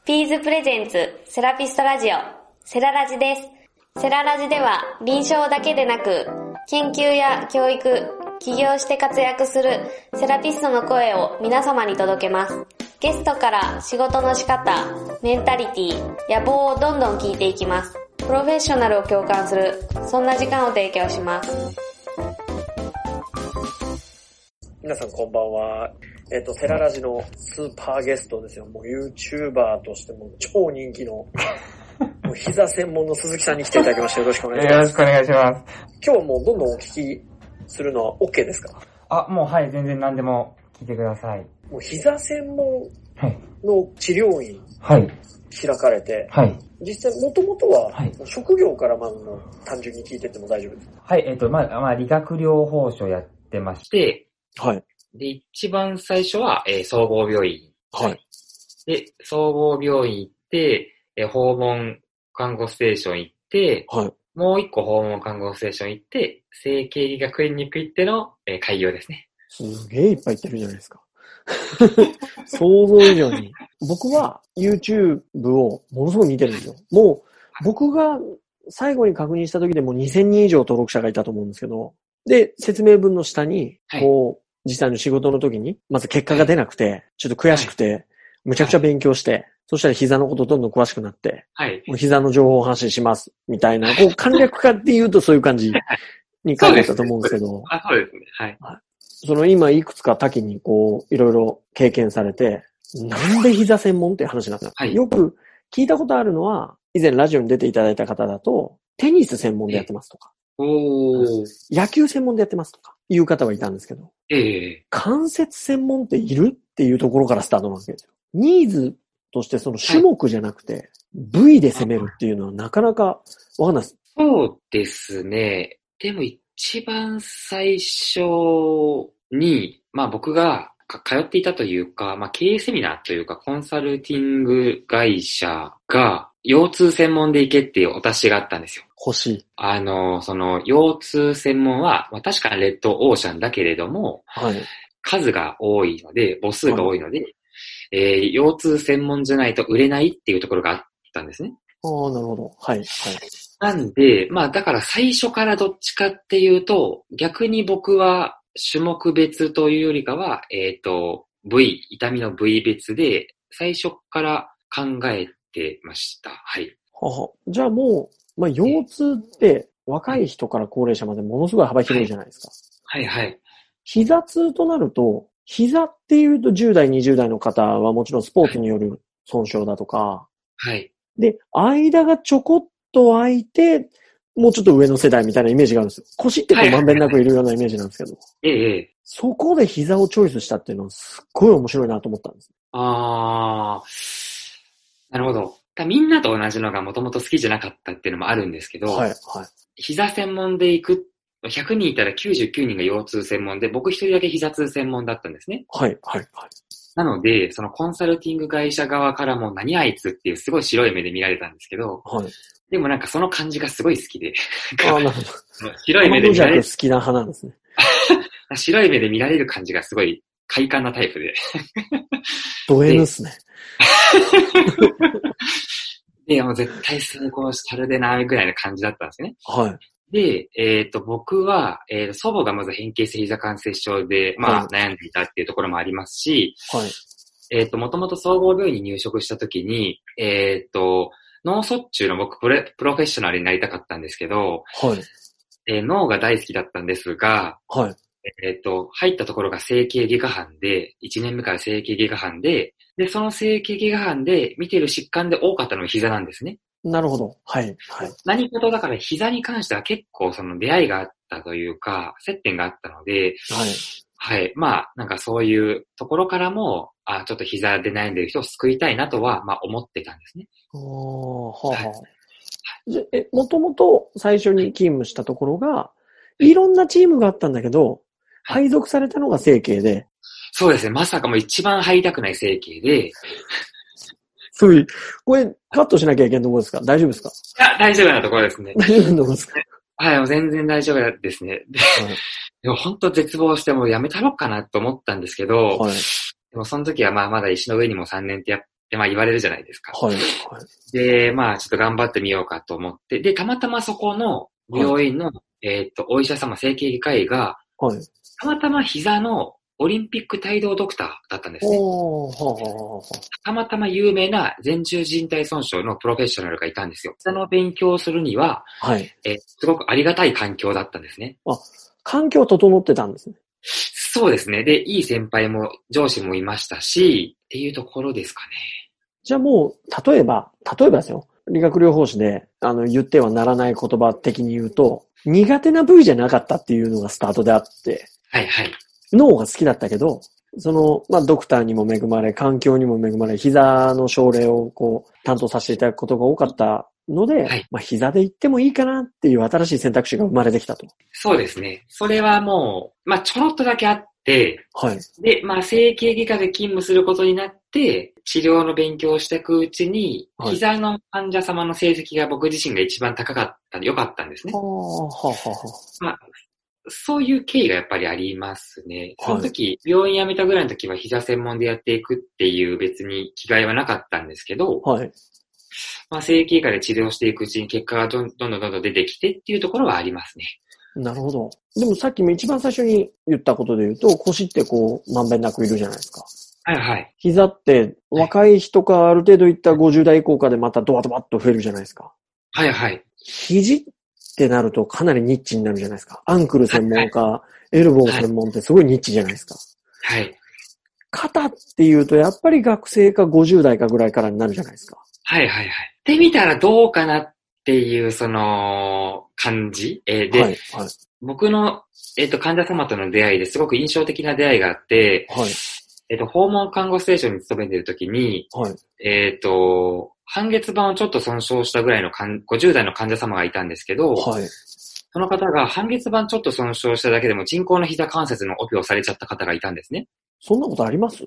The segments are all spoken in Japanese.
ピーズプレゼンツセラピストラジオセララジです。セララジでは臨床だけでなく研究や教育、起業して活躍するセラピストの声を皆様に届けます。ゲストから仕事の仕方、メンタリティ、野望をどんどん聞いていきます。プロフェッショナルを共感する、そんな時間を提供します。 皆さんこんばんは。セララジのスーパーゲストですよ。もう YouTuber としても超人気の、もう膝専門の鈴木さんに来ていただきまして、よろしくお願いします。 よろしくお願いします。 今日はもうどんどんお聞きするのは OK ですか？ もうはい、全然何でも聞いてください。 もう膝専門の治療院、 はい。 開かれて、 はい。 実際もともとは、 はい、 職業からまずの単純に聞いてっても大丈夫ですか？ はい、理学療法士をやってまして、 はい。 で、一番最初は、総合病院。 はい。 で、総合病院行って、訪問看護ステーション行って、はい。もう一個訪問看護ステーション行って、整形外科クリニック行っての、開業ですね。 すげえいっぱい行ってるじゃないですか。想像以上に。僕は YouTube をものすごい見てるんですよ。もう僕が最後に確認した時でも2000人以上登録者がいたと思うんですけど、で、説明文の下に、こう、実際の仕事の時に、まず結果が出なくて、ちょっと悔しくて、むちゃくちゃ勉強して、そしたら膝のことどんどん詳しくなって、もう膝の情報発信します、みたいな、こう簡略化って言うとそういう感じに書いてたと思うんですけど、 そうですね。はい。 その今いくつか多岐にこう、いろいろ経験されて、なんで膝専門っていう話になった。よく聞いたことあるのは、以前ラジオに出ていただいた方だと、テニス専門でやってますとか、野球専門でやってますとか、いう方はいたんですけど、関節専門っているっていうところからスタートなんですよ。ニーズとしてその種目じゃなくて、部位で攻めるっていうのはなかなかわかんないです。 そうですね。でも一番最初に、僕が通っていたというか、経営セミナーというか、コンサルティング会社が、腰痛専門で行けっていうお達しがあったんですよ。 欲しい。 その腰痛専門は、確かにレッドオーシャンだけれども、数が多いので、母数が多いので、腰痛専門じゃないと売れないっていうところがあったんですね。 なるほど。はい。 なんで、だから最初からどっちかっていうと、逆に僕は種目別というよりかは、痛みの部位別で、最初から考えてました。はい。 じゃあもう、腰痛って若い人から高齢者までものすごい幅広いじゃないですか。 はい。 膝痛となると、膝っていうと10代、20代の方はもちろんスポーツによる損傷だとか、で、間がちょこっと空いて、もうちょっと上の世代みたいなイメージがあるんですよ。腰ってこうまんべんなくいるようなイメージなんですけど。そこで膝をチョイスしたっていうのはすっごい面白いなと思ったんです。 なるほど。みんなと同じのがもともと好きじゃなかったっていうのもあるんですけど、膝専門で行く、100人いたら99人が腰痛専門で、僕一人だけ膝痛専門だったんですね。なので、そのコンサルティング会社側からも何あいつっていうすごい白い目で見られたんですけど、でもなんかその感じがすごい好きで。 なるほど。 白い目で見られる。 好きな派なんですね。 白い目で見られる感じがすごい快感なタイプで。 ド M っすね。 で、もう絶対成功したるでな、ぐらいな感じだったんですね。で、僕は、祖母がまず変形性膝関節症で、悩んでいたっていうところもありますし、もともと総合病院に入職したときに、脳卒中の僕プロフェッショナルになりたかったんですけど、脳が大好きだったんですが、入ったところが整形外科班で、1年目から整形外科班で、その整形外科班で見てる疾患で多かったのが膝なんですね。 なるほど。 何かとだから膝に関しては結構その出会いがあったというか、接点があったので、なんかそういうところからも、ちょっと膝で悩んでる人を救いたいなとは、思ってたんですね。 もともと最初に勤務したところが、いろんなチームがあったんだけど、配属されたのが整形で。 そうですね。まさかもう一番入りたくない整形で。 これカットしなきゃいけないところですか？大丈夫ですか？ いや、大丈夫なところですね。 大丈夫なところですか？ もう全然大丈夫ですね。でも本当絶望してもうやめたろうかなと思ったんですけど、でもその時はまだ石の上にも3年ってやっまあ言われるじゃないですか。 はい。はい。 で、まあちょっと頑張ってみようかと思って、で、たまたまそこの病院の、お医者様、整形外科医が、 はい。 たまたま膝のオリンピック帯同ドクターだったんですね。たまたま有名な前十字靭帯損傷のプロフェッショナルがいたんですよ。膝の勉強をするには、 はい。 すごくありがたい環境だったんですね。 環境整ってたんですね。 そうですね。で、いい先輩も上司もいましたし、っていうところですかね。 じゃあもう、例えばですよ。理学療法士で、言ってはならない言葉的に言うと、苦手な部位じゃなかったっていうのがスタートであって、 はいはい。 脳が好きだったけど、ドクターにも恵まれ、環境にも恵まれ、膝の症例を担当させていただくことが多かったので、はい、膝で行ってもいいかなっていう新しい選択肢が生まれてきたと。 そうですね。それはもう、ちょろっとだけあって、はい。で、整形外科で勤務することになって、治療の勉強をしていくうちに、はい、膝の患者様の成績が僕自身が一番高かったんで良かったんですね。そういう経緯がやっぱりありますね。その時、病院辞めたぐらいの時は膝専門でやっていくっていう別に気概はなかったんですけど、はい。整形外科で治療していくうちに結果がどんどん出てきてっていうところはありますね。 なるほど。でもさっきも一番最初に言ったことで言うと、腰ってまんべんなくいるじゃないですか。 はいはい。 膝って若い人かある程度いった50代以降かでまたドバドバっと増えるじゃないですか。 はいはい。 肘ってなるとかなりニッチになるじゃないですか。アンクル専門か、エルボー専門ってすごいニッチじゃないですか。 はい。 肩っていうとやっぱり学生か50代かぐらいからになるじゃないですか。 はいはいはい。で見たらどうかなっていうその感じ、で、はいはい、僕の患者様との出会いですごく印象的な出会いがあって、はい、訪問看護ステーションに勤めているときに、はい、半月板をちょっと損傷したぐらいの50代の患者様がいたんですけど、はい、その方が半月板ちょっと損傷しただけでも人工の膝関節のオペをされちゃった方がいたんですね。 そんなことあります？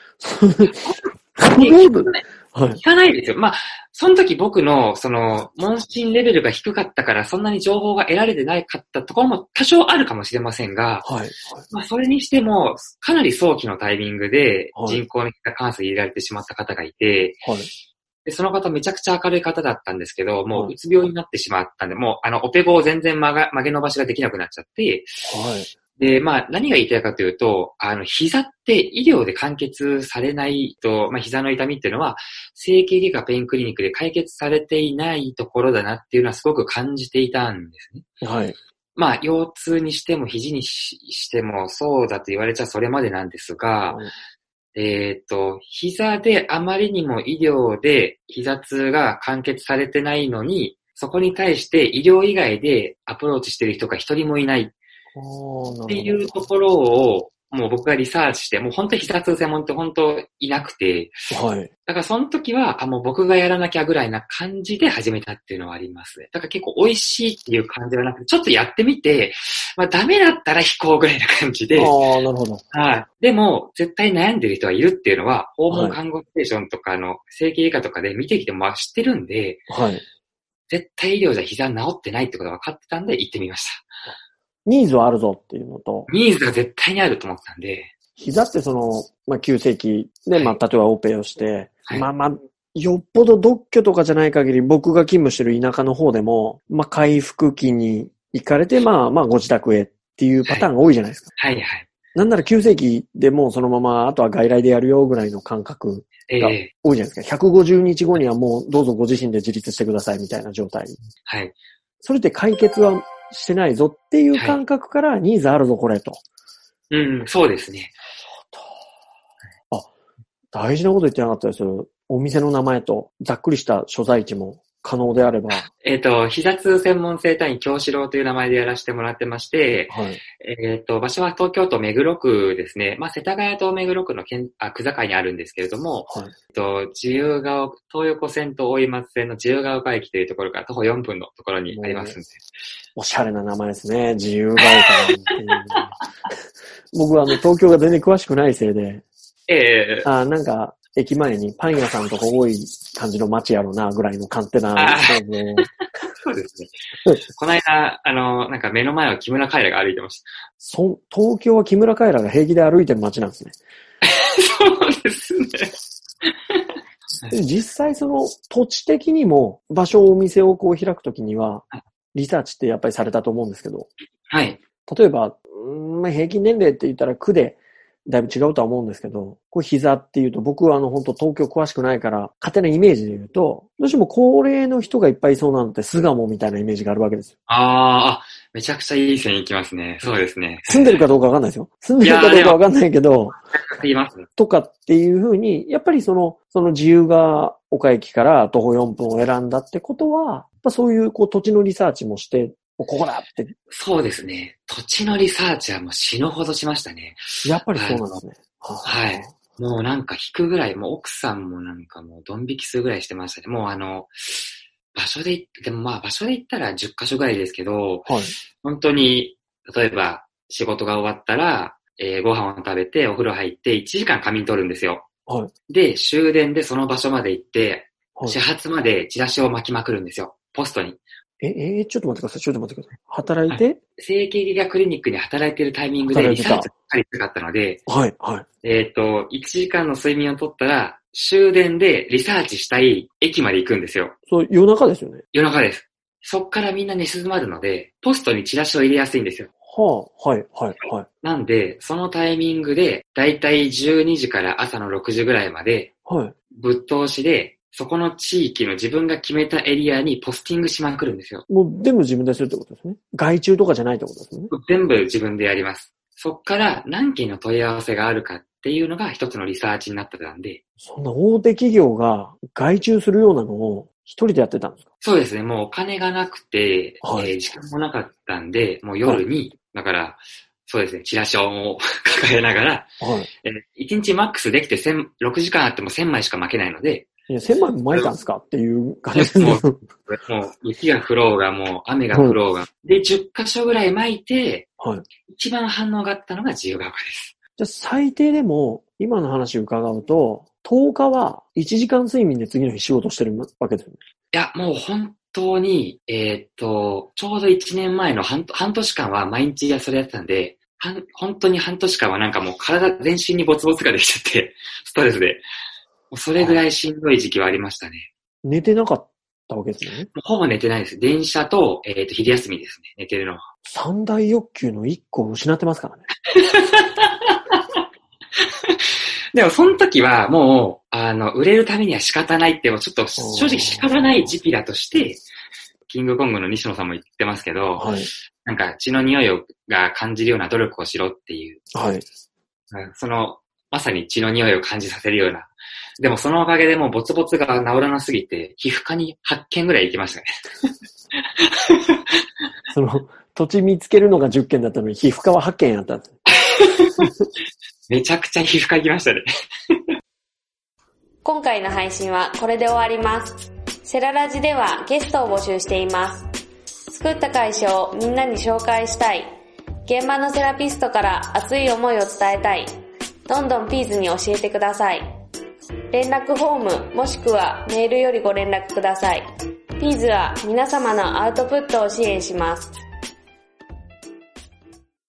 聞かないですよ。その時僕の、問診レベルが低かったから、そんなに情報が得られてなかったところも多少あるかもしれませんが、はいはい、それにしても、かなり早期のタイミングで、人工の膝関節入れられてしまった方がいて、はい、でその方めちゃくちゃ明るい方だったんですけど、もううつ病になってしまったんで、もうオペ後全然曲げ伸ばしができなくなっちゃって、はいで、何が言いたいかというと、膝って医療で完結されないと、膝の痛みっていうのは、整形外科ペインクリニックで解決されていないところだなっていうのはすごく感じていたんですね。はい。腰痛にしても肘にしてもそうだと言われちゃそれまでなんですが、はい、膝であまりにも医療で膝痛が完結されてないのに、そこに対して医療以外でアプローチしてる人が一人もいない。っていうところを、もう僕がリサーチして、もう本当に膝痛専門って本当いなくて、はい。だからその時は、もう僕がやらなきゃぐらいな感じで始めたっていうのはありますね。だから結構美味しいっていう感じはなくて、ちょっとやってみて、ダメだったら飛行ぐらいな感じで。 ああ、なるほど。 はい。でも、絶対悩んでる人はいるっていうのは、訪問看護ステーションとかの整形外科とかで見てきても知ってるんで、はい。絶対医療じゃ膝治ってないってことが分かってたんで行ってみました。 ニーズはあるぞっていうのと。 ニーズが絶対にあると思ったんで。 膝って急性期で、例えばオペをして、はい、よっぽど独居とかじゃない限り僕が勤務してる田舎の方でも、回復期に行かれて、ご自宅へっていうパターンが多いじゃないですか。はい、はい、はい。なんなら急性期でもうそのまま、あとは外来でやるよぐらいの感覚が多いじゃないですか。150日後にはもうどうぞご自身で自立してくださいみたいな状態。はい。それって解決はしてないぞっていう感覚からニーズあるぞこれと。 うん、そうですね。 大事なこと言ってなかったですよ。お店の名前とざっくりした所在地も可能であれば。 膝痛専門整体院京志郎という名前でやらせてもらってまして、はい、場所は東京都目黒区ですね。世田谷と目黒区の区境にあるんですけれども、はい、自由が丘、東横線と大井松線の自由が丘駅というところから徒歩4分のところにありますんで。 おしゃれな名前ですね。自由が丘っていう。僕は東京が全然詳しくないせいで。なんか、駅前にパン屋さんとか多い感じの街やろな、ぐらいの勝手な。 そうですね。この間、なんか目の前を木村カエラが歩いてました。 東京は木村カエラが平気で歩いてる街なんですね。 そうですね。 実際その土地的にも場所、お店をこう開くときには、リサーチってやっぱりされたと思うんですけど、 はい。 例えば、平均年齢って言ったら区でだいぶ違うとは思うんですけど、これ膝っていうと僕は本当東京詳しくないから勝手なイメージで言うと、どうしても高齢の人がいっぱいいそうなのって巣鴨みたいなイメージがあるわけですよ。 めちゃくちゃいい線いきますね。そうですね。 住んでるかどうかわかんないですよ。住んでるかどうかわかんないけど、 いますね。 とかっていうふうに、やっぱりその自由が丘駅から徒歩4分を選んだってことは、やっぱそういうこう土地のリサーチもして、ここだって。 そうですね。土地のリサーチはもう死ぬほどしましたね。 やっぱりそうなんですね。 はい。もうなんか引くぐらい、もう奥さんもなんかもうドン引きするぐらいしてましたね。もう場所で行ったら10カ所ぐらいですけど、はい、本当に、例えば仕事が終わったら、ご飯を食べてお風呂入って1時間仮眠取るんですよ。はい、で、終電でその場所まで行って、はい、始発までチラシを巻きまくるんですよ。ポストに。 ちょっと待ってください。働いて、はい、 整形外科クリニックに働いてるタイミングでリサーチがかりたかったので、 はい。 1時間の睡眠を取ったら、終電でリサーチしたい駅まで行くんですよ。 そう、夜中ですよね。 夜中です。そっからみんな寝静まるので、ポストにチラシを入れやすいんですよ。 はい。 なんで、そのタイミングで、だいたい12時から朝の6時ぐらいまで、ぶっ通しで、そこの地域の自分が決めたエリアにポスティングしまくるんですよ。 もう全部自分でするってことですね。外注とかじゃないってことですね。 全部自分でやります。そっから何件の問い合わせがあるかっていうのが一つのリサーチになってたんで。 そんな大手企業が外注するようなのを一人でやってたんですか？ そうですね。もうお金がなくて、時間もなかったんで、もう夜に、だから、そうですね、チラシを抱えながら、1日マックスできて6時間あっても1000枚しか巻けないので、 1000枚も巻いたんですかっていう感じですね。 もう雪が降ろうが、もう雨が降ろうが。で、10箇所ぐらい巻いて、一番反応があったのが自由が丘です。 じゃあ最低でも、今の話を伺うと、10日は1時間睡眠で次の日仕事してるわけですよね。 いや、もう本当に、ちょうど1年前の半年間は毎日それやってたんで、本当に半年間はなんかもう全身にボツボツができちゃって、ストレスで。それぐらいしんどい時期はありましたね。 寝てなかったわけですね。 ほぼ寝てないです。電車と、昼休みですね。寝てるのは。 三大欲求の1個を失ってますからね。 でも、その時はもう、売れるためには仕方ないって、ちょっと正直仕方ない時期だとして、キングコングの西野さんも言ってますけど、なんか血の匂いが感じるような努力をしろっていう。まさに血の匂いを感じさせるような。でもそのおかげでもうボツボツが治らなすぎて、皮膚科に8件ぐらい行きましたね。 土地見つけるのが10件だったのに、皮膚科は8件あったんです。 めちゃくちゃ皮膚科行きましたね。 今回の配信はこれで終わります。セララジではゲストを募集しています。作った会社をみんなに紹介したい。現場のセラピストから熱い思いを伝えたい。どんどんピーズに教えてください。連絡フォームもしくはメールよりご連絡ください。ピーズは皆様のアウトプットを支援します。